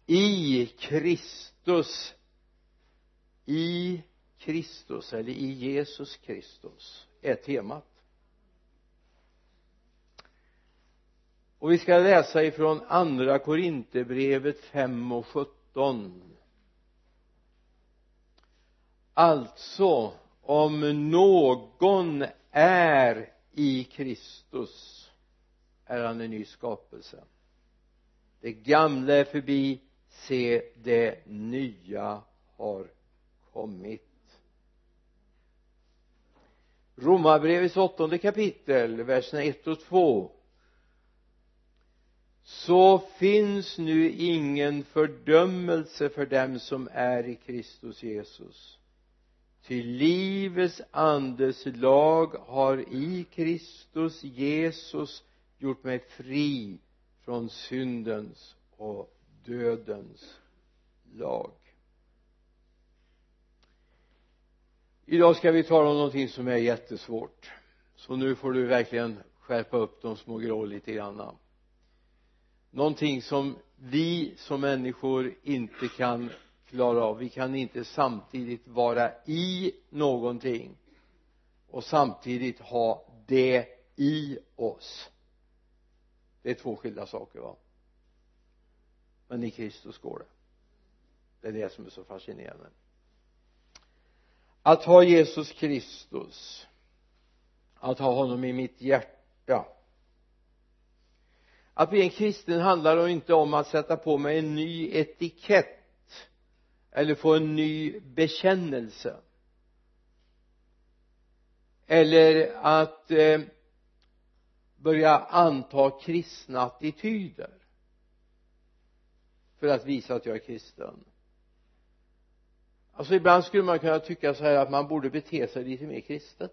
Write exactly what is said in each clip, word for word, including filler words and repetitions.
i Kristus, i Kristus eller i Jesus Kristus är temat. Och vi ska läsa ifrån andra Korinthierbrevet fem och sjutton. Alltså, om någon är i Kristus är han en ny skapelse. Det gamla är förbi, se det nya har kommit. Romarbrevets åttonde kapitel, verserna ett och två. Så finns nu ingen fördömelse för dem som är i Kristus Jesus. Till livets andes lag har i Kristus Jesus gjort mig fri från syndens och dödens lag. Idag ska vi tala om någonting som är jättesvårt. Så nu får du verkligen skärpa upp de små grå lite grann. Någonting som vi som människor inte kan klara av. Vi kan inte samtidigt vara i någonting och samtidigt ha det i oss. Det är två skilda saker, va? Men i Kristus går det. Det är det som är så fascinerande. Att ha Jesus Kristus, att ha honom i mitt hjärta. Att bli en kristen handlar inte om att sätta på mig en ny etikett eller få en ny bekännelse eller att eh, börja anta kristna attityder för att visa att jag är kristen. Alltså ibland skulle man kunna tycka så här att man borde bete sig lite mer kristet.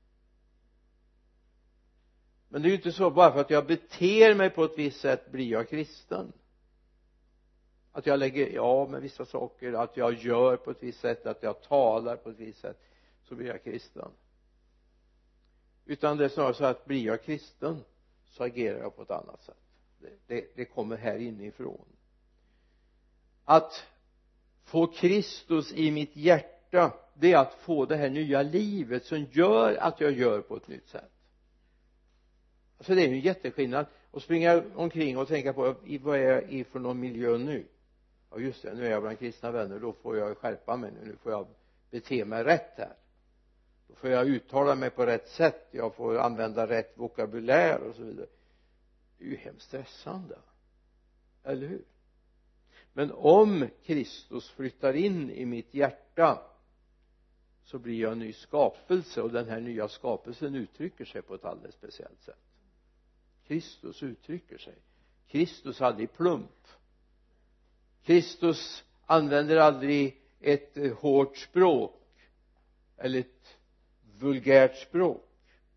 Men det är ju inte så bara för att jag beter mig på ett visst sätt blir jag kristen. Att jag lägger ja med vissa saker, att jag gör på ett visst sätt, att jag talar på ett visst sätt, så blir jag kristen. Utan det är snarare så att blir jag kristen så agerar jag på ett annat sätt. Det, det, det kommer här inifrån. Att få Kristus i mitt hjärta, det är att få det här nya livet som gör att jag gör på ett nytt sätt. Alltså det är ju en jätteskillnad att springa omkring och tänka på vad är jag i för någon miljö nu. Ja just det, nu är jag bland kristna vänner, då får jag skärpa mig nu, nu får jag bete mig rätt här. Då får jag uttala mig på rätt sätt, jag får använda rätt vokabulär och så vidare. Det är ju hemskt stressande. Eller hur? Men om Kristus flyttar in i mitt hjärta så blir jag en ny skapelse, och den här nya skapelsen uttrycker sig på ett alldeles speciellt sätt. Kristus uttrycker sig. Kristus aldrig plump. Kristus använder aldrig ett hårt språk eller ett vulgärt språk.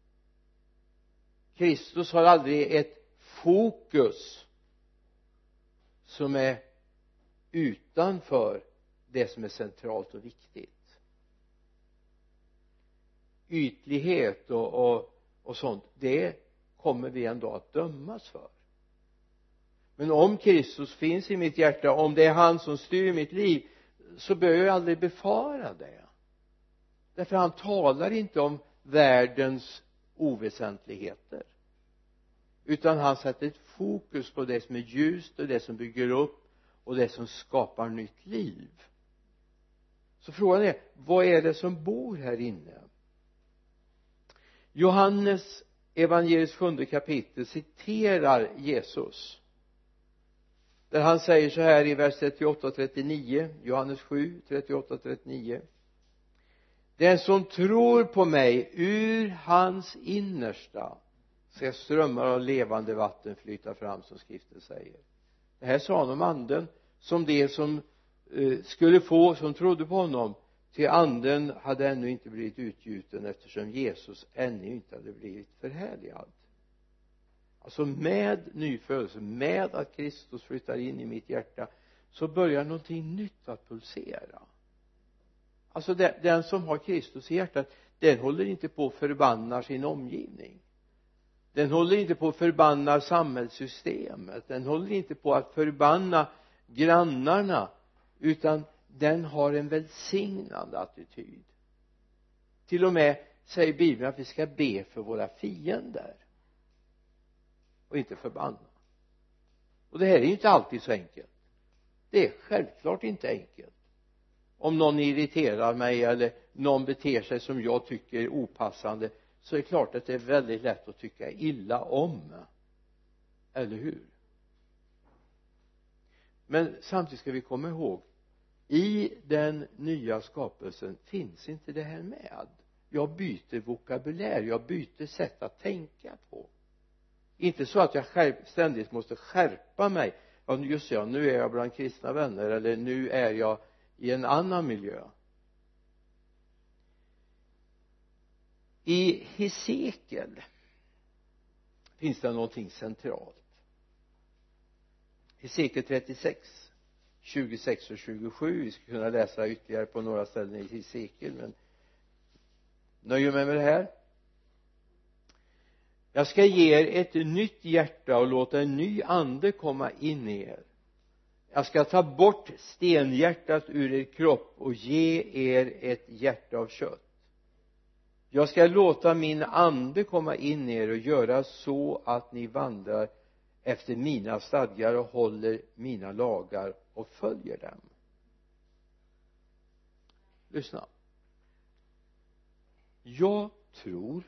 Kristus har aldrig ett fokus som är utanför det som är centralt och viktigt. Ytlighet och, och, och sånt, det kommer vi ändå att dömas för. Men om Kristus finns i mitt hjärta, om det är han som styr mitt liv, så bör jag aldrig befara det. Därför han talar inte om världens oväsentligheter, utan han sätter ett fokus på det som är ljust och det som bygger upp och det som skapar nytt liv. Så frågan är, vad är det som bor här inne? Johannes evangeliets sjunde kapitel citerar Jesus, där han säger så här i vers trettioåtta och trettionio, Johannes sju, trettioåtta och trettionio: den som tror på mig, ur hans innersta ska strömmar av levande vatten flyta fram, som skriften säger. Det här sa han om anden som det som eh, skulle få som trodde på honom, till anden hade ännu inte blivit utgjuten eftersom Jesus ännu inte hade blivit förhärligad. Alltså med nyfödelse, med att Kristus flyttar in i mitt hjärta, så börjar någonting nytt att pulsera. Alltså den som har Kristus i hjärtat, den håller inte på att förbanna sin omgivning. Den håller inte på att förbanna samhällssystemet. Den håller inte på att förbanna grannarna, utan den har en välsignande attityd. Till och med säger Bibeln att vi ska be för våra fiender och inte förbanna. Och det här är ju inte alltid så enkelt. Det är självklart inte enkelt. Om någon irriterar mig eller någon beter sig som jag tycker är opassande, så är det klart att det är väldigt lätt att tycka illa om. Eller hur? Men samtidigt ska vi komma ihåg, i den nya skapelsen finns inte det här med. Jag byter vokabulär, jag byter sätt att tänka på. Inte så att jag skärp, ständigt måste skärpa mig. Ja, just ja, nu är jag bland kristna vänner, eller nu är jag i en annan miljö. I Hesekiel finns det någonting centralt. Hesekiel trettiosex, tjugosex och tjugosju. Vi ska kunna läsa ytterligare på några ställen i Hesekiel, men nöjer mig med det här. Jag ska ge er ett nytt hjärta och låta en ny ande komma in i er. Jag ska ta bort stenhjärtat ur er kropp och ge er ett hjärta av kött. Jag ska låta min ande komma in i er och göra så att ni vandrar efter mina stadgar och håller mina lagar och följer dem. Lyssna. Jag tror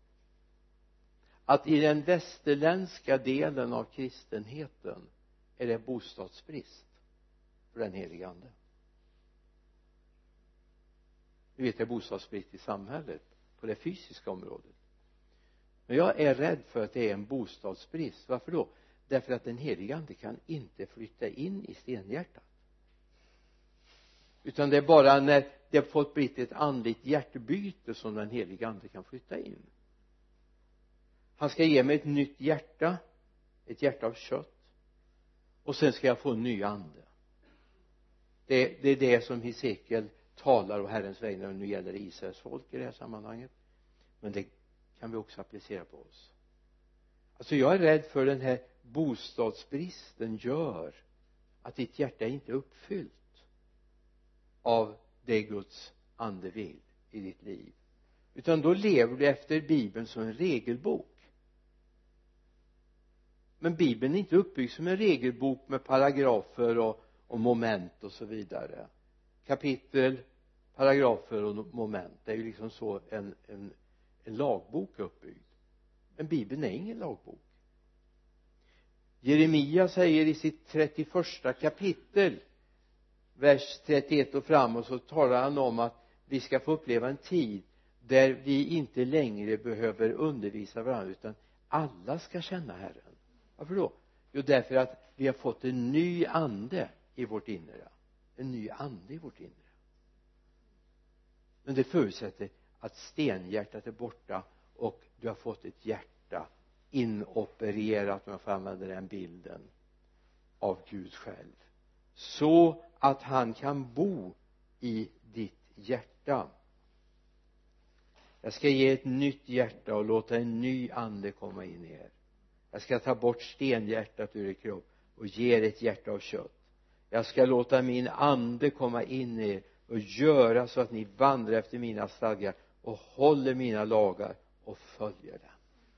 att i den västerländska delen av kristenheten är det bostadsbrist för den helige ande. Vi vet, det är bostadsbrist i samhället på det fysiska området. Men jag är rädd för att det är en bostadsbrist. Varför då? Därför att den helige ande kan inte flytta in i stenhjärtat. Utan det är bara när det har fått bli ett andligt hjärtbyte som den helige ande kan flytta in. Han ska ge mig ett nytt hjärta, ett hjärta av kött, och sen ska jag få en ny ande. Det, det är det som Hesekiel talar och Herrens vägnar nu gäller Israels folk i det här sammanhanget. Men det kan vi också applicera på oss. Alltså jag är rädd för den här bostadsbristen gör att ditt hjärta inte är uppfyllt av det Guds ande vill i ditt liv. Utan då lever du efter Bibeln som en regelbok. Men Bibeln är inte uppbyggd som en regelbok med paragrafer och, och moment och så vidare. Kapitel, paragrafer och moment. Det är ju liksom så en, en, en lagbok uppbyggd. Men Bibeln är ingen lagbok. Jeremia säger i sitt trettioförsta kapitel, vers trettioett och framåt, så talar han om att vi ska få uppleva en tid där vi inte längre behöver undervisa varandra, utan alla ska känna Herren. Varför då? Jo, därför att vi har fått en ny ande i vårt inre. En ny ande i vårt inre. Men det förutsätter att stenhjärtat är borta och du har fått ett hjärta inopererat, om jag får använda den bilden, av Gud själv. Så att han kan bo i ditt hjärta. Jag ska ge ett nytt hjärta och låta en ny ande komma in i er. Jag ska ta bort stenhjärtat ur er kropp och ge er ett hjärta av kött. Jag ska låta min ande komma in i er och göra så att ni vandrar efter mina stadgar och håller mina lagar och följer dem.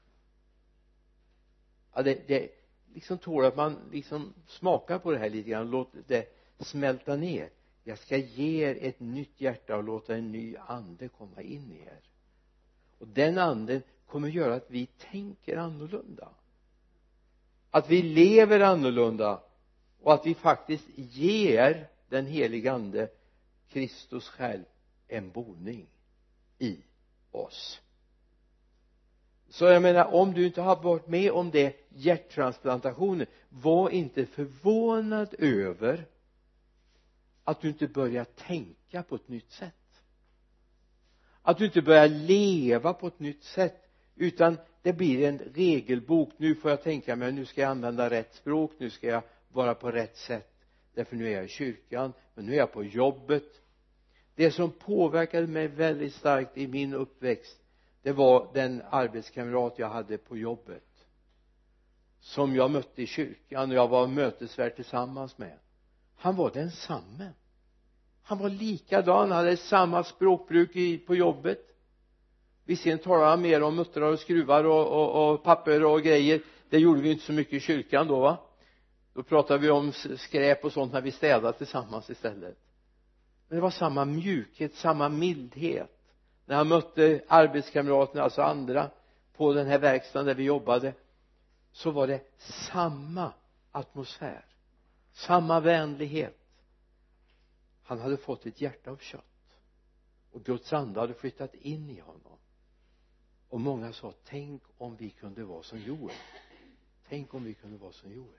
Ja, det, det liksom tål att man liksom smakar på det här lite grann, låter det smälta ner. Jag ska ge er ett nytt hjärta och låta en ny ande komma in i er. Och den anden kommer göra att vi tänker annorlunda. Att vi lever annorlunda. Och att vi faktiskt ger den helige ande, Kristus själv, en boning i oss. Så jag menar, om du inte har varit med om det, hjärttransplantationen, var inte förvånad över att du inte börjar tänka på ett nytt sätt. Att du inte börjar leva på ett nytt sätt, utan det blir en regelbok. Nu får jag tänka mig, nu ska jag använda rätt språk, nu ska jag vara på rätt sätt, därför nu är jag i kyrkan, men nu är jag på jobbet. Det som påverkade mig väldigt starkt i min uppväxt, det var den arbetskamrat jag hade på jobbet, som jag mötte i kyrkan och jag var mötesvärd tillsammans med. han var densamme. Han var likadan, han hade samma språkbruk i, på jobbet. Visserligen talade han mer om muttrar och skruvar och, och, och papper och grejer. Det gjorde vi inte så mycket i kyrkan då, va? Då pratade vi om skräp och sånt när vi städade tillsammans istället. Men det var samma mjukhet, samma mildhet. När han mötte arbetskamraterna, alltså andra, på den här verkstaden där vi jobbade, så var det samma atmosfär, samma vänlighet. Han hade fått ett hjärta av kött, och Guds ande hade flyttat in i honom. Och många sa, tänk om vi kunde vara som Joel. Tänk om vi kunde vara som Joel.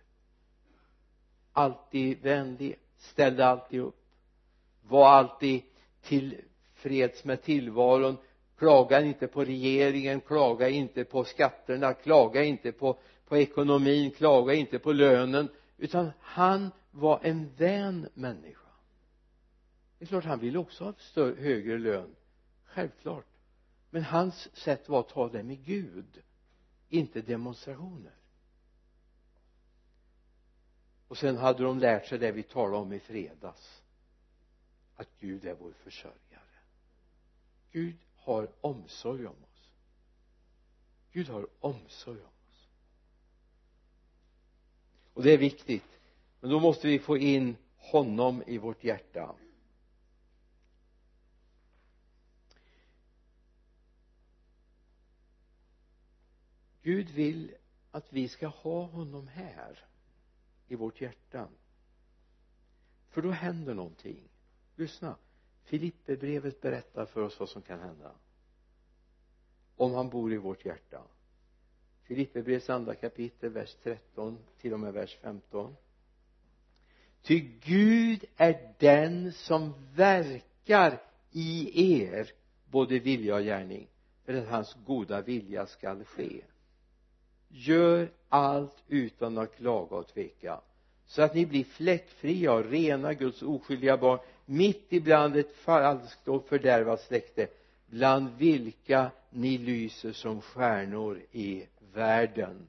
Alltid vänlig, ställde alltid upp, var alltid tillfreds med tillvaron, klaga inte på regeringen, klaga inte på skatterna, klaga inte på, på ekonomin, klaga inte på lönen, utan han var en vän människa. Det är klart han ville också ha större, högre lön, självklart, men hans sätt var att ta det med Gud, inte demonstrationer. Och sen hade de lärt sig det vi talade om i fredags, att Gud är vår försörjare. Gud har omsorg om oss. Gud har omsorg om oss. Och det är viktigt. Men då måste vi få in honom i vårt hjärta. Gud vill att vi ska ha honom här i vårt hjärta. För då händer någonting. Lyssna. Filipperbrevet berättar för oss vad som kan hända om han bor i vårt hjärta. Filipperbrevets andra kapitel, vers tretton till och med vers femton. Ty Gud är den som verkar i er både vilja och gärning, för att hans goda vilja skall ske. Gör allt utan att klaga och tveka, så att ni blir fläckfria och rena, Guds oskyldiga barn, mitt ibland ett falskt och fördärvat släkte, bland vilka ni lyser som stjärnor i världen.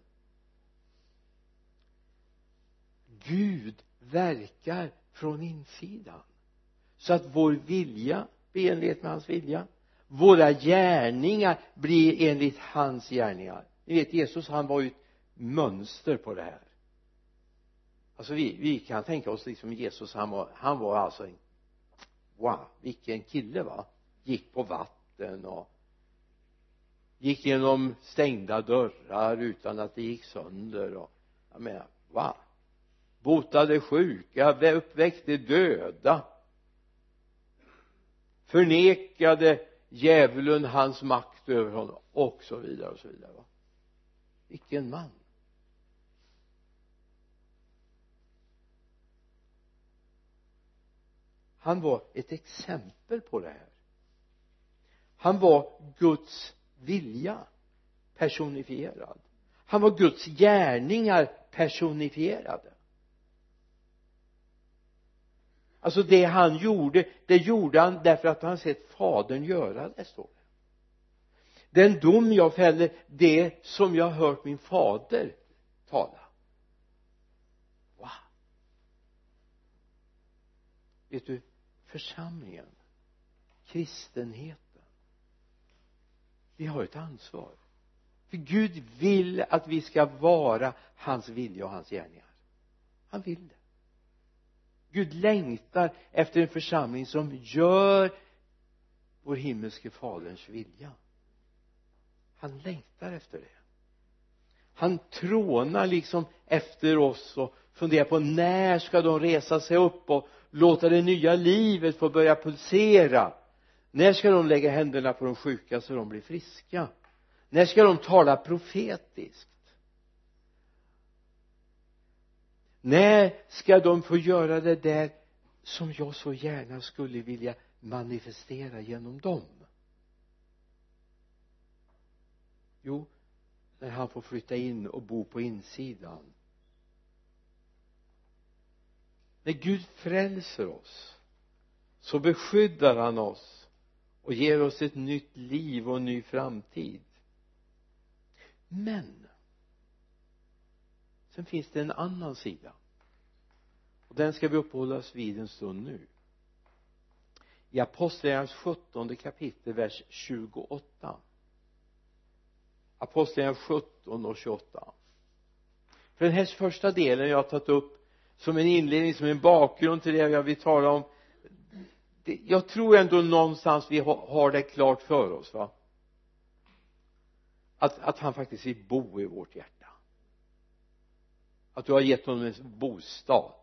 Gud verkar från insidan, så att vår vilja blir enligt med hans vilja, våra gärningar blir enligt hans gärningar. Ni vet, Jesus, han var ju ett mönster på det här. Alltså vi, vi kan tänka oss liksom Jesus, han var, han var alltså en, wow, vilken kille, va? Gick på vatten och gick genom stängda dörrar utan att det gick sönder, och jag menar, wow, botade sjuka, uppväckte döda, förnekade djävulen hans makt över honom, och så vidare och så vidare, va? Vilken man. Han var ett exempel på det här. Han var Guds vilja personifierad. Han var Guds gärningar personifierade. Alltså det han gjorde, det gjorde han därför att han sett fadern göra det, står det. Den dom jag fäller, det som jag har hört min fader tala. Wow. Vet du, församlingen, kristenheten, vi har ett ansvar. För Gud vill att vi ska vara hans vilja och hans gärningar. Han vill det. Gud längtar efter en församling som gör vår himmelske faderns vilja. Han längtar efter det. Han trånar liksom efter oss och funderar på när ska de resa sig upp och låta det nya livet få börja pulsera. När ska de lägga händerna på de sjuka så de blir friska? När ska de tala profetiskt? När ska de få göra det där som jag så gärna skulle vilja manifestera genom dem? Jo, när han får flytta in och bo på insidan. När Gud frälser oss så beskyddar han oss och ger oss ett nytt liv och en ny framtid. Men sen finns det en annan sida. och den ska vi uppehålla oss vid en stund nu. I Apostlagärningarnas sjuttonde kapitel, vers tjugoåtta. Apostlagärningarna sjutton och tjugoåtta. För den här första delen jag har tagit upp som en inledning, som en bakgrund till det jag vill tala om. Det, jag tror ändå någonstans vi har, har det klart för oss, va? Att, att han faktiskt vill bo i vårt hjärta. Att du har gett honom en bostad.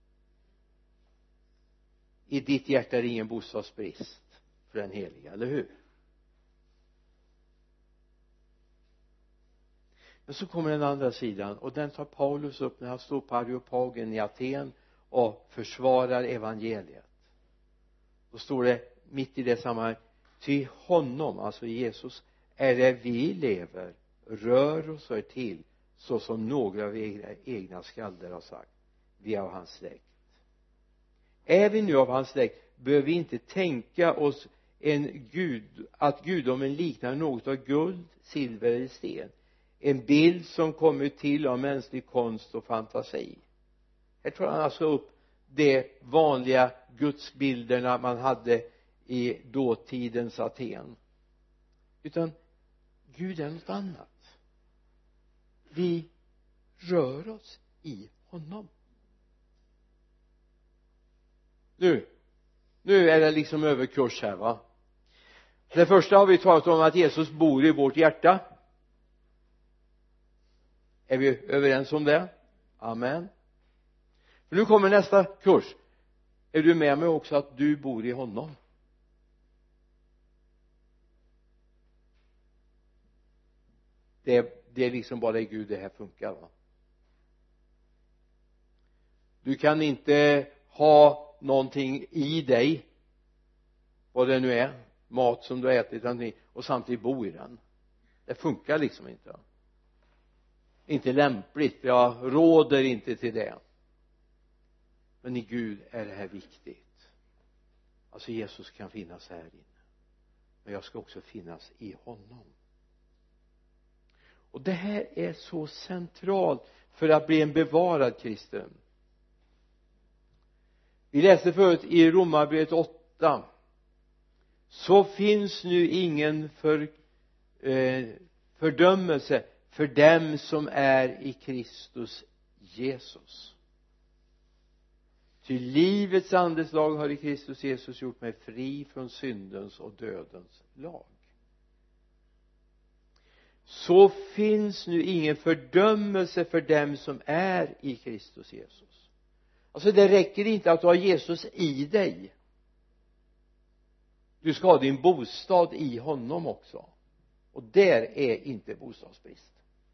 I ditt hjärta är det ingen bostadsbrist för den heliga, eller hur? Men så kommer den andra sidan, och den tar Paulus upp när han står på Areopagen i Aten och försvarar evangeliet. Då står det mitt i det sammanhanget: ty honom, alltså Jesus, är det vi lever, rör oss och är till, så som några av egna, egna skalder har sagt. Vi är av hans släkt. Är vi nu av hans släkt, behöver vi inte tänka oss en gud, att gudomen liknar något av guld, silver eller sten, en bild som kommer till av mänsklig konst och fantasi. Här tar han alltså upp de vanliga gudsbilderna man hade i dåtidens Aten. Utan Gud är något annat. Vi rör oss i honom. Nu nu är det liksom överkurs här, va? Det första har vi talat om, att Jesus bor i vårt hjärta. Är vi överens om det? Amen. För nu kommer nästa kurs. Är du med mig också att du bor i honom? Det är, det är liksom bara i Gud det här funkar, va? Du kan inte ha någonting i dig, vad det nu är, mat som du har ätit, och samtidigt bo i den. Det funkar liksom inte. Inte lämpligt, jag råder inte till det. Men i Gud är det här viktigt. Alltså Jesus kan finnas här inne, men jag ska också finnas i honom. Och det här är så centralt för att bli en bevarad kristen. Vi läste förut i Romarbrevet åtta: så finns nu ingen för, eh, fördömelse för dem som är i Kristus Jesus. Ty livets andeslag har i Kristus Jesus gjort mig fri från syndens och dödens lag. Så finns nu ingen fördömelse för dem som är i Kristus Jesus. Alltså det räcker inte att du har Jesus i dig. Du ska ha din bostad i honom också. Och där är inte bostadsbrist.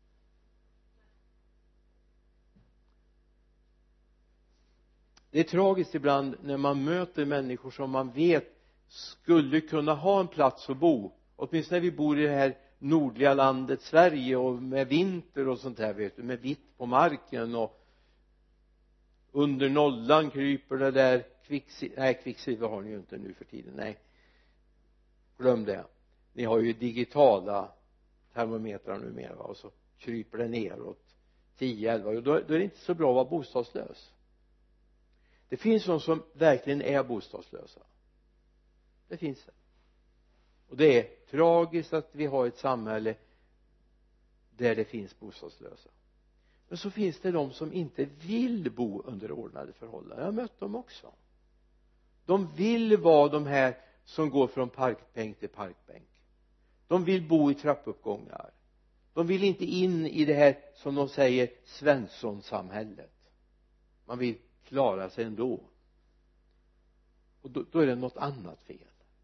Det är tragiskt ibland när man möter människor som man vet skulle kunna ha en plats att bo. Åtminstone när vi bor i det här nordliga landet Sverige, och med vinter och sånt här, vet du, med vitt på marken, och under nollan kryper det där kvicksilver. Nej, kvicksilver har ni ju inte nu för tiden, nej, glöm det. Ni har ju digitala termometrar numera, och så kryper det neråt tio elva, och då, då är det inte så bra att vara bostadslös. Det finns de som verkligen är bostadslösa. Det finns det. Och det är tragiskt att vi har ett samhälle där det finns bostadslösa. Men så finns det de som inte vill bo under ordnade förhållanden. Jag har mött dem också. De vill vara de här som går från parkbänk till parkbänk. De vill bo i trappuppgångar. De vill inte in i det här, som de säger, Svenssonsamhället. Man vill klara sig ändå. Och då, då är det något annat fel.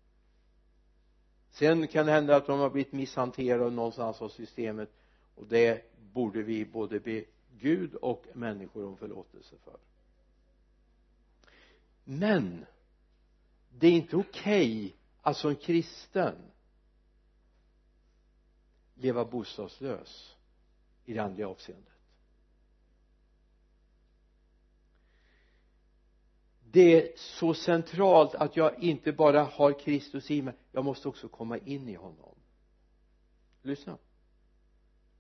Sen kan det hända att de har blivit misshanterade någonstans av systemet, och det borde vi både be Gud och människor om förlåtelse för. Men det är inte okej att som kristen leva bostadslös i det andliga avseendet. Det är så centralt att jag inte bara har Kristus i mig, jag måste också komma in i honom. Lyssna.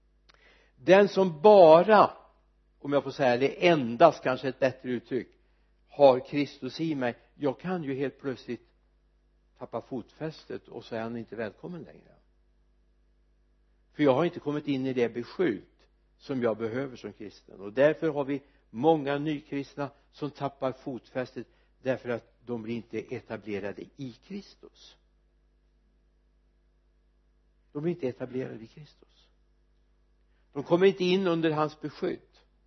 Den som bara, om jag får säga det, endast, kanske ett bättre uttryck, har Kristus i mig, jag kan ju helt plötsligt tappa fotfästet och så är han inte välkommen längre, för jag har inte kommit in i det beskydd som jag behöver som kristen. Och därför har vi många nykristna som tappar fotfästet därför att de blir inte etablerade i Kristus. De blir inte etablerade i Kristus. De kommer inte in under hans beskydd.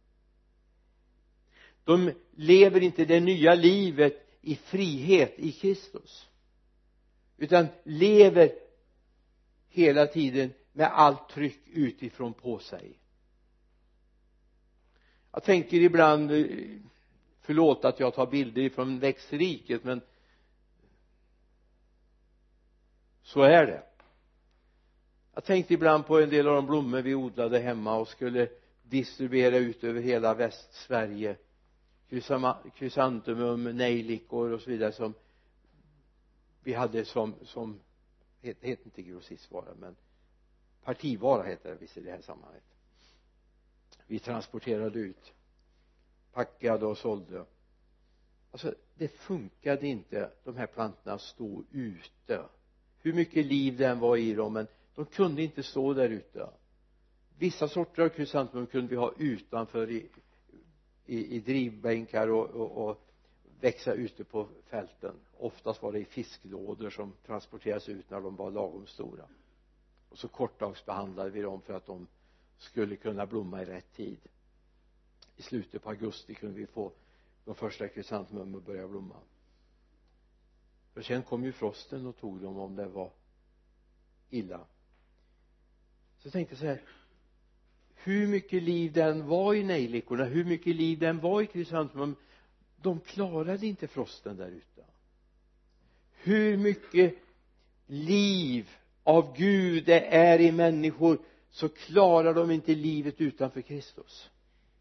De lever inte det nya livet i frihet i Kristus, utan lever hela tiden med allt tryck utifrån på sig. Jag tänker ibland, förlåt att jag tar bilder från växtriket, men så är det. Jag tänkte ibland på en del av de blommor vi odlade hemma och skulle distribuera ut över hela Västsverige. Krysantemum, nejlikor och så vidare som vi hade som, som heter het inte grossistvara, men partivara heter det visst i det här sammanhanget. Vi transporterade ut, packade och sålde. Alltså det funkade inte, de här plantorna stod ute. Hur mycket liv den var i dem, men de kunde inte stå där ute. Vissa sorter av krysantemum kunde vi ha utanför i, i, i drivbänkar och, och, och växa ute på fälten. Oftast var det i fisklådor som transporteras ut när de var lagom stora. Och så kortdagsbehandlade vi dem för att de skulle kunna blomma i rätt tid. I slutet på augusti kunde vi få de första krysantemum att börja blomma. För sen kom ju frosten och tog dem om det var illa. Så jag tänkte så här, hur mycket liv den var i nejlikorna, hur mycket liv den var i krysantemum, de klarade inte frosten där ute. Hur mycket liv av Gud det är i människor, så klarar de inte livet utanför Kristus.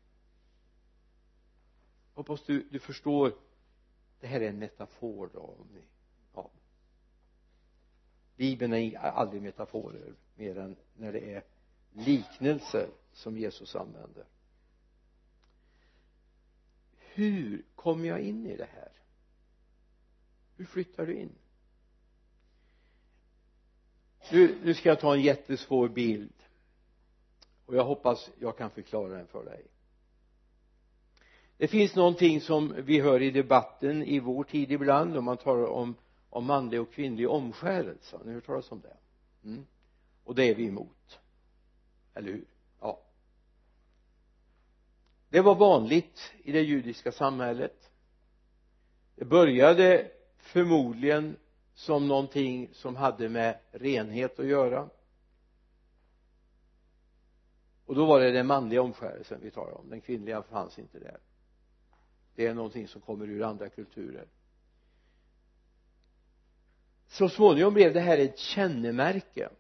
Hoppas du, du förstår. Det här är en metafor då. Ja. Bibeln är aldrig metaforer mer än när det är liknelser som Jesus använder. Hur kommer jag in i det här? Hur flyttar du in? Nu, nu ska jag ta en jättesvår bild, och jag hoppas jag kan förklara den för dig. Det finns någonting som vi hör i debatten i vår tid ibland, om man talar om, om manlig och kvinnlig omskärelse. Ni har hört talas om det? Mm. Och det är vi emot, eller hur? Ja. Det var vanligt i det judiska samhället. Det började förmodligen som någonting som hade med renhet att göra. Och då var det den manliga omskärelsen vi talar om. Den kvinnliga fanns inte där. Det är någonting som kommer ur andra kulturer. Så småningom blev det här ett kännemärke.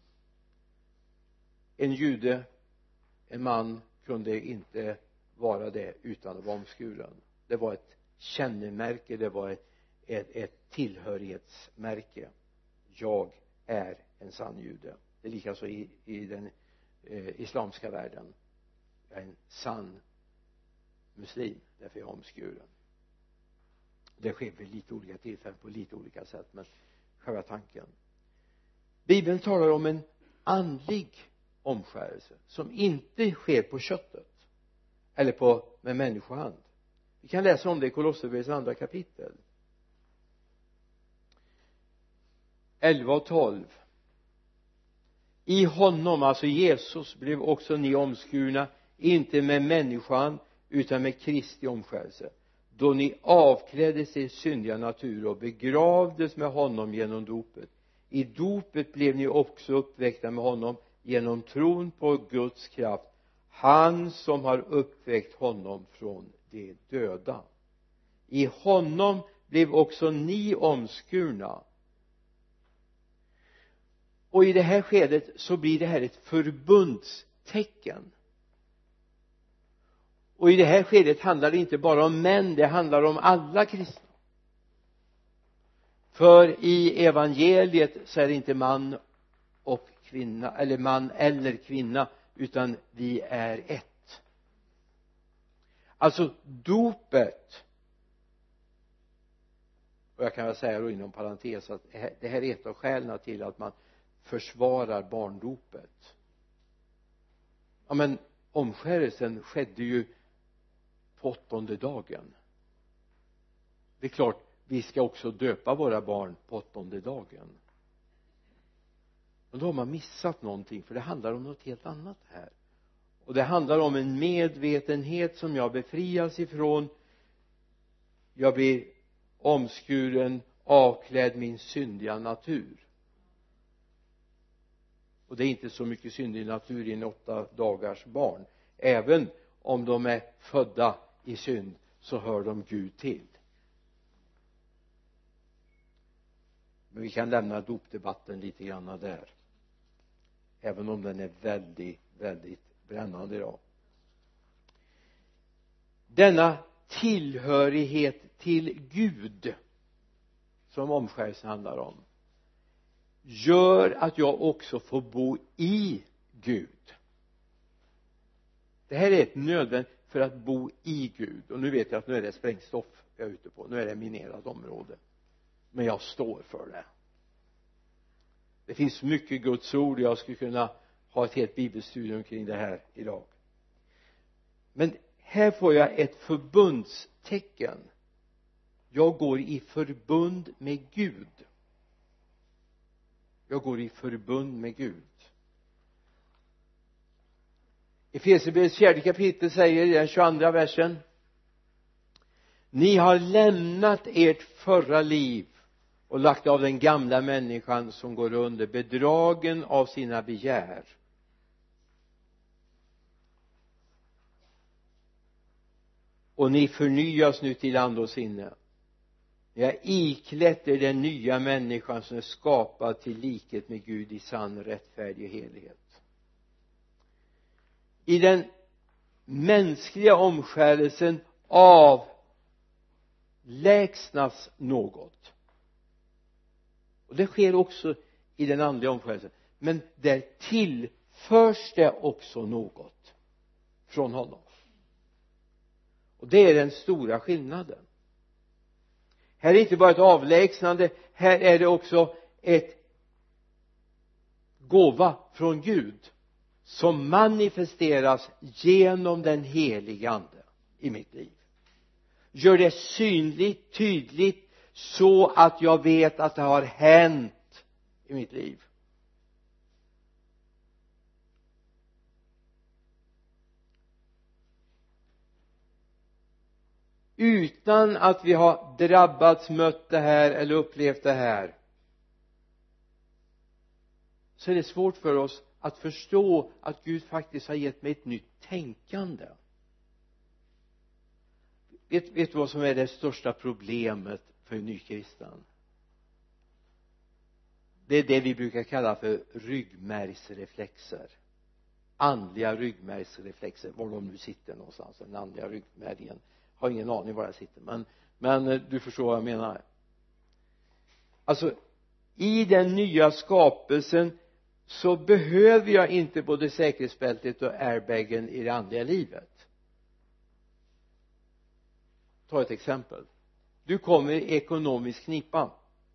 En jude, en man, kunde inte vara det utan att vara omskuren. Det var ett kännemärke, det var ett, ett, ett tillhörighetsmärke. Jag är en sann jude. Det är lika så i, i den eh, islamska världen. Jag är en sann muslim, därför är jag omskuren. Det sker vid lite olika tillfällen på lite olika sätt, men själva tanken. Bibeln talar om en andlig omskärelse som inte sker på köttet eller på med människohand. Vi kan läsa om det i Kolosserbrevets andra kapitel elva och tolv. I honom, alltså Jesus, blev också ni omskurna, inte med människan utan med Kristi omskärelse, då ni avkläddes er syndiga natur och begravdes med honom genom dopet. I dopet blev ni också uppväckta med honom genom tron på Guds kraft, han som har uppväckt honom från de döda. I honom blev också ni omskurna. Och i det här skedet så blir det här ett förbundstecken. Och i det här skedet handlar det inte bara om män, det handlar om alla kristna. För i evangeliet så är det inte man och kvinna, eller man eller kvinna, utan vi är ett. Alltså dopet och jag kan väl säga då inom parentes att det här är ett av skälen till att man försvarar barndopet. Ja, men omskärelsen skedde ju på åttonde dagen. Det är klart, vi ska också döpa våra barn på åttonde dagen. Men då har man missat någonting, för det handlar om något helt annat här. Och det handlar om en medvetenhet som jag befrias ifrån. Jag blir omskuren, avklädd min syndiga natur. Och det är inte så mycket syndig natur i en åtta dagars barn. Även om de är födda i synd så hör de Gud till. Men vi kan lämna dopdebatten lite grann där. Även om den är väldigt, väldigt brännande idag. Denna tillhörighet till Gud som omskärelsen handlar om gör att jag också får bo i Gud. Det här är ett nödvändigt för att bo i Gud. Och nu vet jag att nu är det sprängstoff jag är ute på. Nu är det minerat område. Men jag står för det. Det finns mycket Guds ord. Jag skulle kunna ha ett helt bibelstudium kring det här idag. Men här får jag ett förbundstecken. Jag går i förbund med Gud. Jag går i förbund med Gud. Efesierbrevets fjärde kapitel säger i den tjugoandra versen: ni har lämnat ert förra liv och lagt av den gamla människan som går under bedragen av sina begär. Och ni förnyas nu till ande och sinne. Ni har iklätt er den nya människan som är skapad till likhet med Gud i sann rättfärdig helighet. I den mänskliga omskärelsen avlägsnas något. Och det sker också i den andliga omskärelsen. Men där tillförs det också något från honom. Och det är den stora skillnaden. Här är inte bara ett avlägsnande, här är det också ett gåva från Gud som manifesteras genom den heliga ande i mitt liv. Gör det synligt, tydligt, så att jag vet att det har hänt i mitt liv. Utan att vi har drabbats, mött det här eller upplevt det här, så är det svårt för oss att förstå att Gud faktiskt har gett mig ett nytt tänkande. Vet, vet du vad som är det största problemet för en ny kristen? Det är det vi brukar kalla för ryggmärgsreflexer. Andliga ryggmärgsreflexer, var de nu sitter någonstans, den andliga ryggmärgen. Har ingen aning var jag sitter, men, men du förstår vad jag menar. Alltså, i den nya skapelsen så behöver jag inte både säkerhetsbältet och airbagen i det andliga livet. Ta ett exempel. Du kommer i ekonomisk knipa.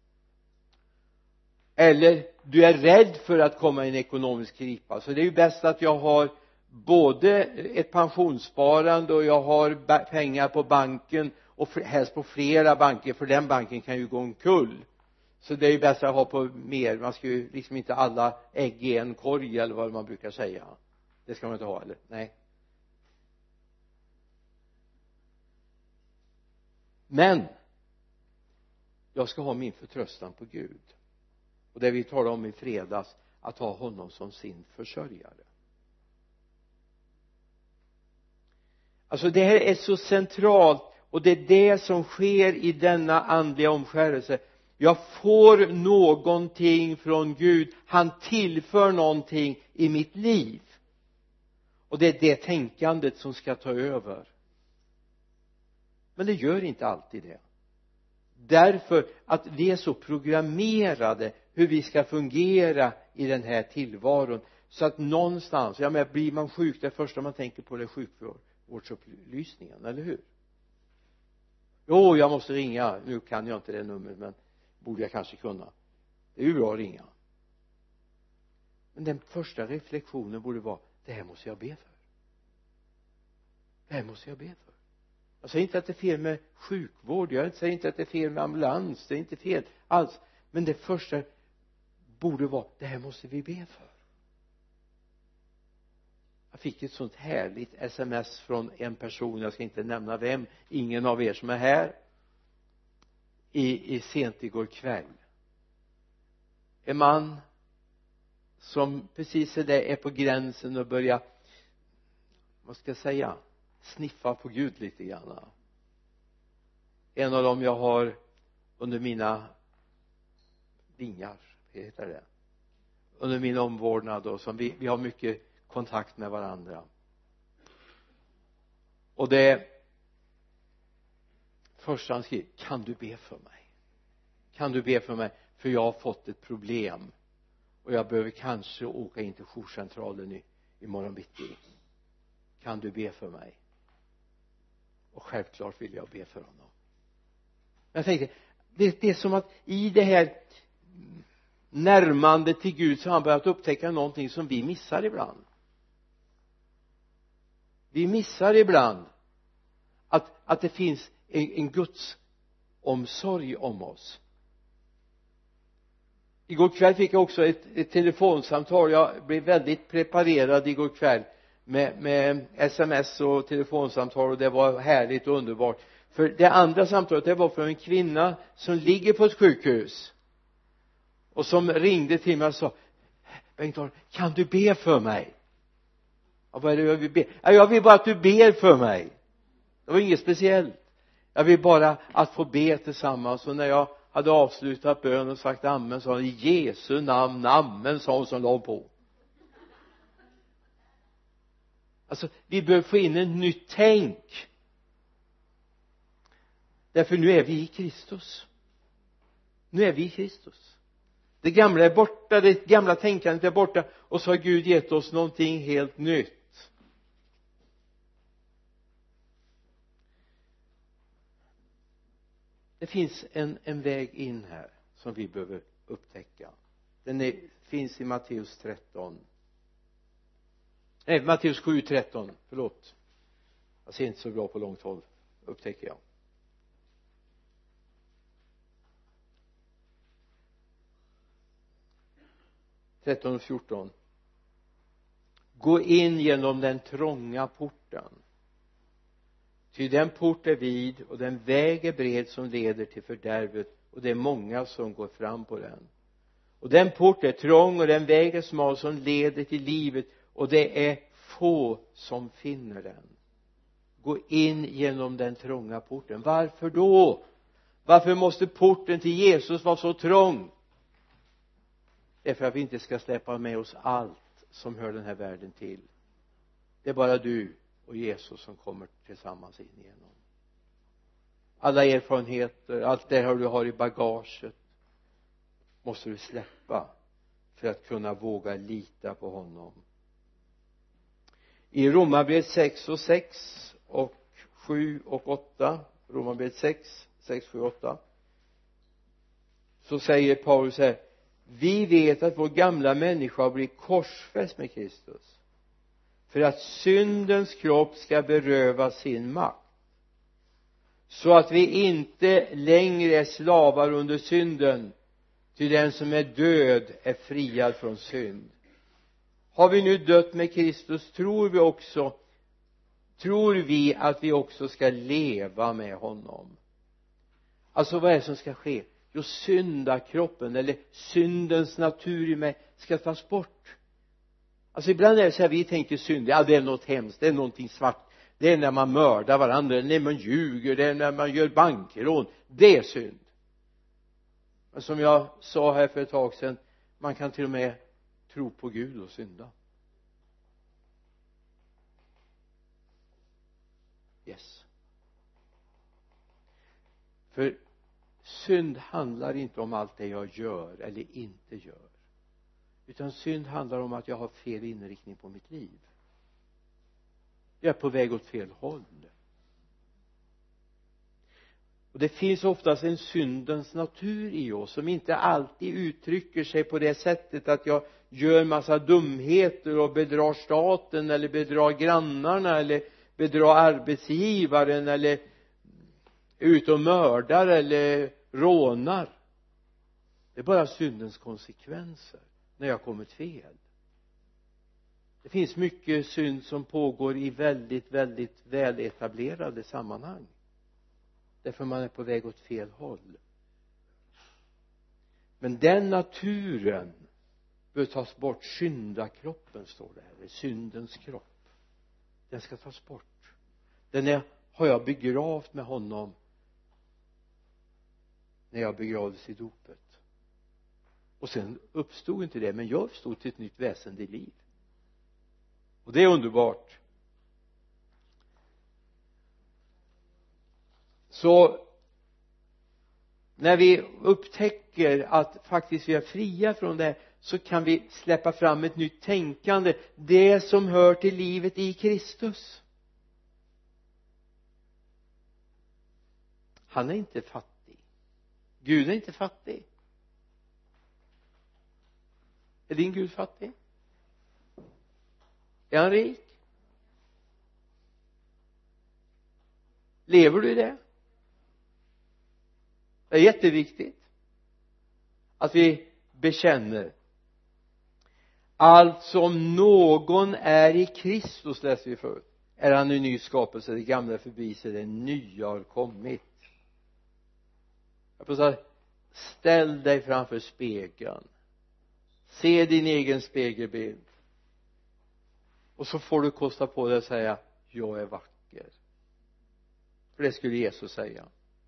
Eller du är rädd för att komma i en ekonomisk knipa. Så det är ju bäst att jag har både ett pensionssparande och jag har pengar på banken, och helst på flera banker, för den banken kan ju gå omkull. Så det är ju bäst att ha på mer. Man ska ju liksom inte alla ägg i en korg, eller vad man brukar säga. Det ska man inte ha, eller? Nej. Men jag ska ha min förtröstan på Gud. Och det vi talade om i fredags, att ha honom som sin försörjare. Alltså det här är så centralt, och det är det som sker i denna andliga omskärelse. Jag får någonting från Gud. Han tillför någonting i mitt liv. Och det är det tänkandet som ska ta över. Men det gör inte alltid det. Därför att vi är så programmerade hur vi ska fungera i den här tillvaron. Så att någonstans, ja men blir man sjuk, det första man tänker på är sjukvårdsupplysningen, eller hur? Jo, jag måste ringa, nu kan jag inte det numret, men borde jag kanske kunna. Det är ju bra att ringa. Men den första reflektionen borde vara, det här måste jag be för. Det här måste jag be för. Jag säger inte att det är fel med sjukvård, jag säger inte att det är fel med ambulans, det är inte fel alls. Men det första borde vara, det här måste vi be för. Jag fick ett sånt härligt sms från en person, jag ska inte nämna vem, ingen av er som är här, i, i sent igår kväll. En man som precis så där är på gränsen och börjar, vad ska jag säga, sniffa på Gud lite grann. En av dem jag har under mina vingar, heter det, under min omvårdnad, och som vi, vi har mycket kontakt med varandra. Och det första han skrev, kan du be för mig? Kan du be för mig? För jag har fått ett problem och jag behöver kanske åka in till jourcentralen i, imorgon bitti. Kan du be för mig? Och självklart vill jag be för honom. Jag tänkte, det, det är som att i det här närmande till Gud så har han börjat upptäcka någonting som vi missar ibland. Vi missar ibland att, att det finns en, en Guds omsorg om oss. Igår kväll fick jag också ett, ett telefonsamtal. Jag blev väldigt preparerad igår kväll med, med sms och telefonsamtal, och det var härligt och underbart. För det andra samtalet, det var från en kvinna som ligger på ett sjukhus och som ringde till mig och sa, Bengt, kan du be för mig? Ja, vad är det jag vill be? Ja, jag vill bara att du ber för mig. Det var inget speciellt. Jag vill bara att få be tillsammans. Och när jag hade avslutat bön och sagt amen, sa hon, i Jesu namn, amen, sa hon som la på. Alltså, vi behöver få in ett nytt tänk. Därför nu är vi i Kristus. Nu är vi i Kristus. Det gamla är borta, det gamla tänkandet är borta, och så har Gud gett oss någonting helt nytt. Det finns en, en väg in här som vi behöver upptäcka. Den är, finns i Matteus tretton. Nej, Matteus sju tretton, förlåt. Jag ser inte så bra på långt håll, upptäcker jag. tretton och fjorton. Gå in genom den trånga porten. Ty den port är vid och den väg är bred som leder till fördärvet, och det är många som går fram på den. Och den port är trång och den väg är smal som leder till livet, och det är få som finner den. Gå in genom den trånga porten. Varför då? Varför måste porten till Jesus vara så trång? Det är för att vi inte ska släppa med oss allt som hör den här världen till. Det är bara du och Jesus som kommer tillsammans in igenom. Alla erfarenheter, allt det här du har i bagaget måste du släppa för att kunna våga lita på honom. I Romarbrevet sex och sex och sju och åtta, Romarbrevet sex, sex, sju, åtta, så säger Paulus här, vi vet att vår gamla människa blir korsfäst med Kristus för att syndens kropp ska beröva sin makt, så att vi inte längre är slavar under synden, ty den som är död är friad från synd. Har vi nu dött med Kristus, tror vi också tror vi att vi också ska leva med honom. Alltså vad är det som ska ske? Jo, syndakroppen eller syndens natur i mig ska tas bort. Alltså ibland är det så här, vi tänker synd, ja det är något hemskt, det är någonting svart, det är när man mördar varandra, det är när man ljuger, det är när man gör bankrån, det är synd. Men som jag sa här för ett tag sedan, man kan till och med tro på Gud och synda. Yes. För synd handlar inte om allt det jag gör eller inte gör, utan synd handlar om att jag har fel inriktning på mitt liv. Jag är på väg åt fel håll. Och det finns oftast en syndens natur i oss som inte alltid uttrycker sig på det sättet att jag gör massa dumheter och bedrar staten eller bedrar grannarna eller bedrar arbetsgivaren eller är ute och mördar eller rånar. Det är bara syndens konsekvenser när jag kommit fel. Det finns mycket synd som pågår i väldigt, väldigt väletablerade sammanhang. Därför man är på väg åt fel håll. Men den naturen bör tas bort. Syndakroppen står det här. Det är syndens kropp. Den ska tas bort. Den är, har jag begravt med honom när jag begravdes i dopet. Och sen uppstod inte det, men jag uppstod till ett nytt väsen i liv. Och det är underbart. Så när vi upptäcker att faktiskt vi är fria från det, så kan vi släppa fram ett nytt tänkande, det som hör till livet i Kristus. Han är inte fattig. Gud är inte fattig. Är din Gud fattig? Är han rik? Lever du i det? Det är jätteviktigt att vi bekänner. Alltså om någon är i Kristus, läser vi förut, är han en ny skapelse. Det gamla är förbi, så det nya har kommit. Jag får säga, ställ dig framför spegeln. Se din egen spegelbild. Och så får du kosta på dig att säga, jag är vacker. För det skulle Jesus säga.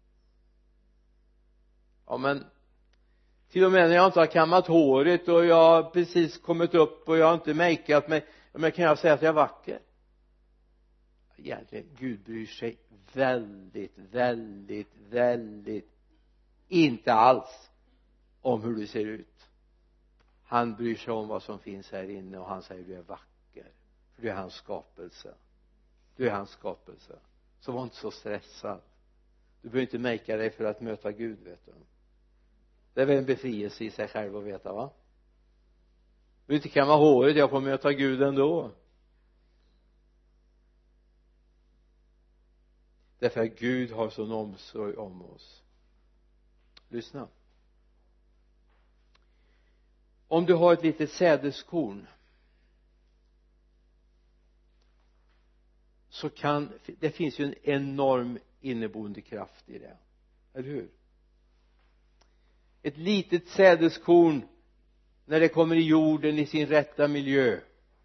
Ja, men till och med när jag inte har kammat håret och jag har precis kommit upp och jag har inte makeat mig, men kan jag säga att jag är vacker? Egentligen, Gud bryr sig väldigt, väldigt, väldigt inte alls om hur du ser ut. Han bryr sig om vad som finns här inne, och han säger du är vacker. För du är hans skapelse. Du är hans skapelse. Så var inte så stressad. Du behöver inte makea dig för att möta Gud, vet du. Det är väl en befrielse i sig själv att veta, va? Du inte kamma håret, jag får möta Gud ändå. Därför att Gud har sån omsorg om oss. Lyssna. Om du har ett litet sädeskorn, så kan, det finns ju en enorm inneboende kraft i det. Eller hur? Ett litet sädeskorn, när det kommer i jorden i sin rätta miljö,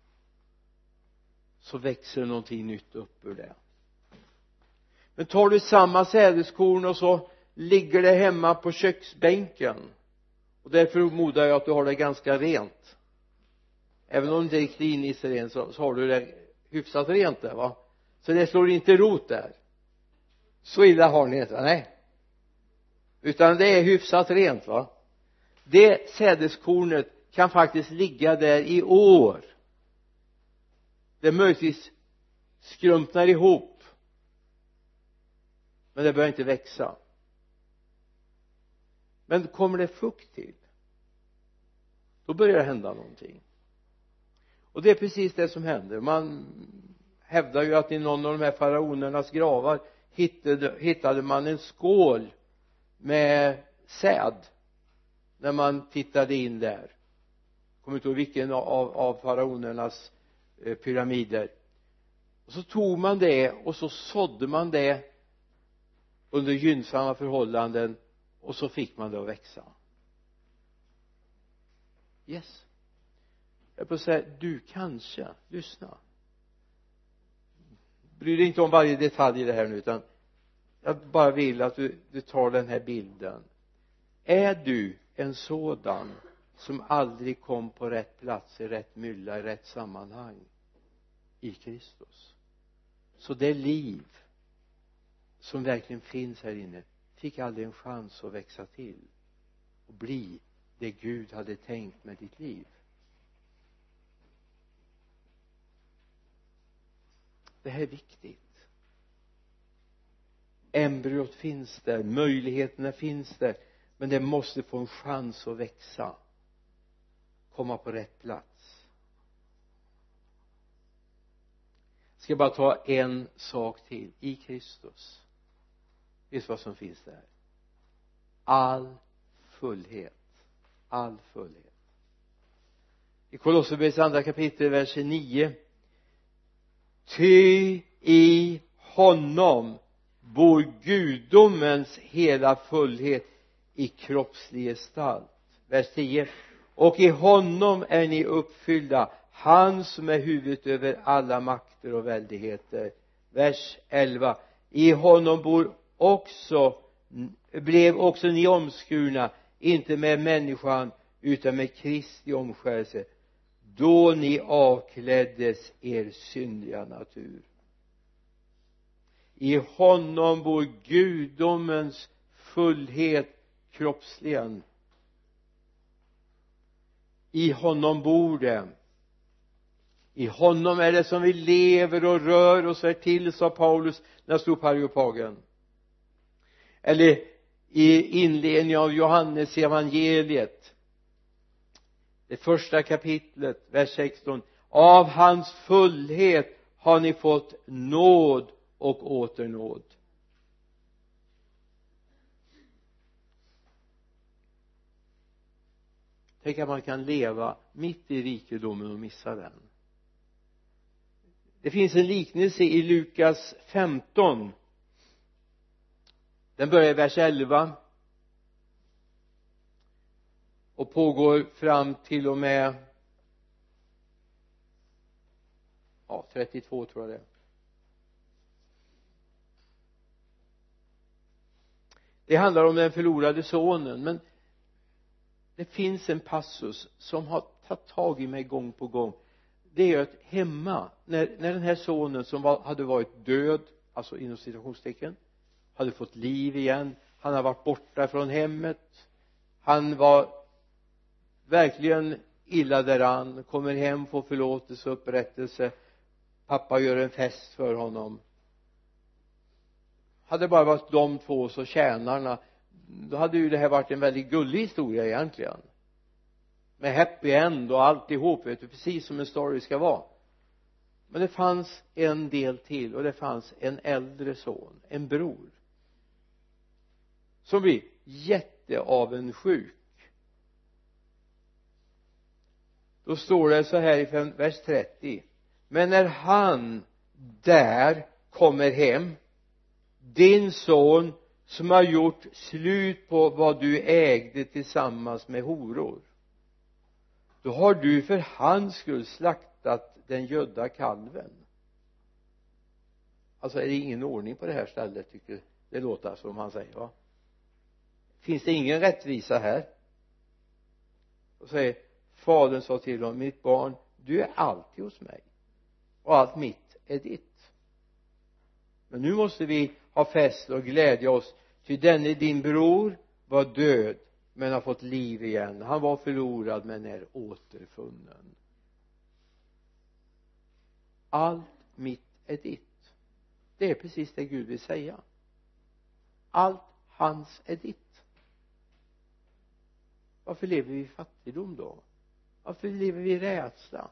så växer någonting nytt upp ur det. Men tar du samma sädeskorn och så ligger det hemma på köksbänken, och därför förmodar jag att du har det ganska rent. Även om det inte är riktigt in i sig rent, så, så har du det hyfsat rent där, va? Så det slår inte rot där. Så illa har ni inte, nej. Utan det är hyfsat rent, va? Det sädeskornet kan faktiskt ligga där i år. Det möjligtvis skrumpnar ihop, men det börjar inte växa. Men kommer det fukt till, då börjar det hända någonting. Och det är precis det som händer. Man hävdar ju att i någon av de här faraonernas gravar hittade, hittade man en skål med säd när man tittade in där. Kommer inte ihåg vilken av, av faraonernas eh, pyramider. Och så tog man det och så sådde man det under gynnsamma förhållanden, och så fick man det att växa. Yes. Jag får säga, du kanske, lyssna. Bry dig inte om varje detalj i det här nu, utan jag bara vill att du, du tar den här bilden. Är du en sådan som aldrig kom på rätt plats, i rätt mylla, i rätt sammanhang i Kristus, så det liv som verkligen finns här inne fick aldrig en chans att växa till och bli det Gud hade tänkt med ditt liv. Det här är viktigt. embryot finns där, möjligheterna finns där, men det måste få en chans att växa, komma på rätt plats. Jag ska bara ta en sak till. I Kristus, det är vad som finns där, all fullhet, all fullhet. I Kolosserbrevets andra kapitel, vers nio: ty i honom bor gudomens hela fullhet i kroppslig gestalt. Vers tio: och i honom är ni uppfyllda, han som är huvudet över alla makter och väldigheter. Vers elva: i honom bor också blev också ni omskurna, inte med människan utan med Kristi omskärelse, då ni avkläddes er syndiga natur. I honom bor gudomens fullhet kroppsligen. I honom bor det. I honom är det som vi lever och rör oss är till, sa Paulus när han stod på Areopagen. Eller i inledningen av Johannes evangeliet, det första kapitlet, vers sexton: av hans fullhet har ni fått nåd och åter nåd. Tänk att man kan leva mitt i rikedomen och missa den. Det finns en liknelse i Lukas femton. Den börjar i vers elva och pågår fram till och med ja, trettiotvå tror jag det är. Det handlar om den förlorade sonen, men det finns en passus som har tagit tag i mig gång på gång. Det är att hemma, när, när den här sonen som var, hade varit död, alltså inom citationstecken, hade fått liv igen, han har varit borta från hemmet, han var verkligen illa däran, kommer hem, får förlåtelse och upprättelse, pappa gör en fest för honom. Hade det bara varit de två så tjänarna, då hade ju det här varit en väldigt gullig historia egentligen, med happy end och alltihop, vet du, precis som en story ska vara. Men det fanns en del till, och det fanns en äldre son, en bror, som blir jätteavundsjuk. Då står det så här i vers trettio: men när han där kommer hem, din son som har gjort slut på vad du ägde tillsammans med horor, då har du för hans skull slaktat den gödda kalven. Alltså är det ingen ordning på det här stället, tycker det låter som han säger, va? Finns det ingen rättvisa här? Och säger fadern, sa till honom: mitt barn, du är alltid hos mig och allt mitt är ditt, men nu måste vi ha fest och glädja oss, ty denne din bror var död men har fått liv igen, han var förlorad men är återfunnen. Allt mitt är ditt. Det är precis det Gud vill säga. Allt hans är ditt. Varför lever vi i fattigdom då? Varför lever vi i rädsla?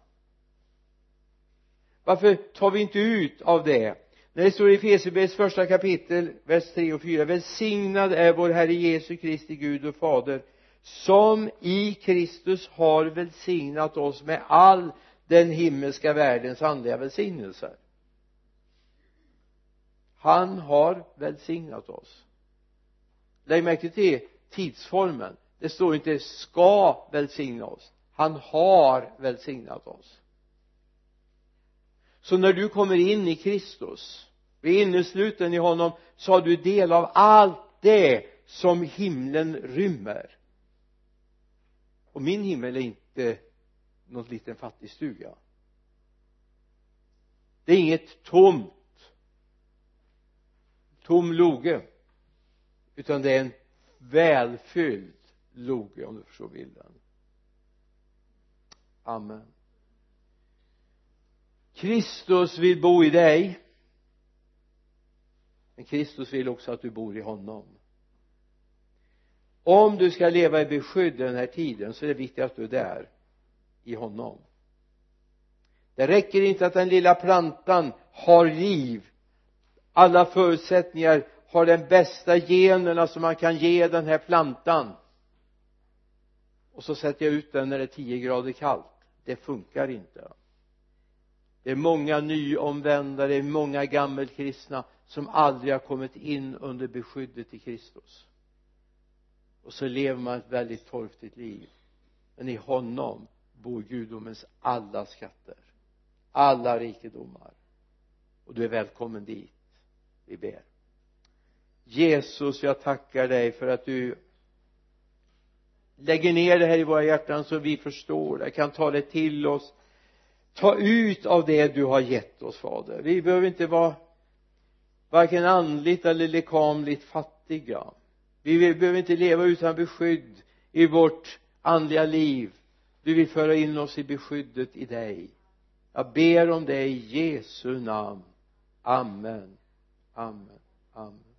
Varför tar vi inte ut av det? När det står i Efesierbrevets första kapitel, vers tre och fyra: välsignad är vår Herre Jesu Kristi Gud och Fader, som i Kristus har välsignat oss med all den himmelska världens andliga välsignelser. Han har välsignat oss. Lägg märke till tidsformen. Det står inte ska välsigna oss. Han har välsignat oss. Så när du kommer in i Kristus, vid innesluten i honom, så har du del av allt det som himlen rymmer. Och min himmel är inte någon liten fattig stuga. Det är inget tomt tom loge, utan det är en välfylld loge, om du förstår bilden. Amen. Kristus vill bo i dig. men Kristus vill också att du bor i honom. Om du ska leva i beskydd den här tiden så är det viktigt att du är där i honom. Det räcker inte att den lilla plantan har liv, alla förutsättningar, har den bästa generna som man kan ge den här plantan, och så sätter jag ut den när det är tio grader kallt. Det funkar inte. Det är många nyomvända, det är många gammelkristna som aldrig har kommit in under beskyddet i Kristus, och så lever man ett väldigt torftigt liv. Men i honom bor gudomens alla skatter, alla rikedomar, och du är välkommen dit. Vi ber. Jesus, jag tackar dig för att du lägger ner det här i våra hjärtan så vi förstår det, kan ta det till oss, ta ut av det du har gett oss, Fader. Vi behöver inte vara varken andligt eller lekamligt fattiga. Vi behöver inte leva utan beskydd i vårt andliga liv. Du vill föra in oss i beskyddet i dig. Jag ber om det i Jesu namn. Amen. Amen. Amen.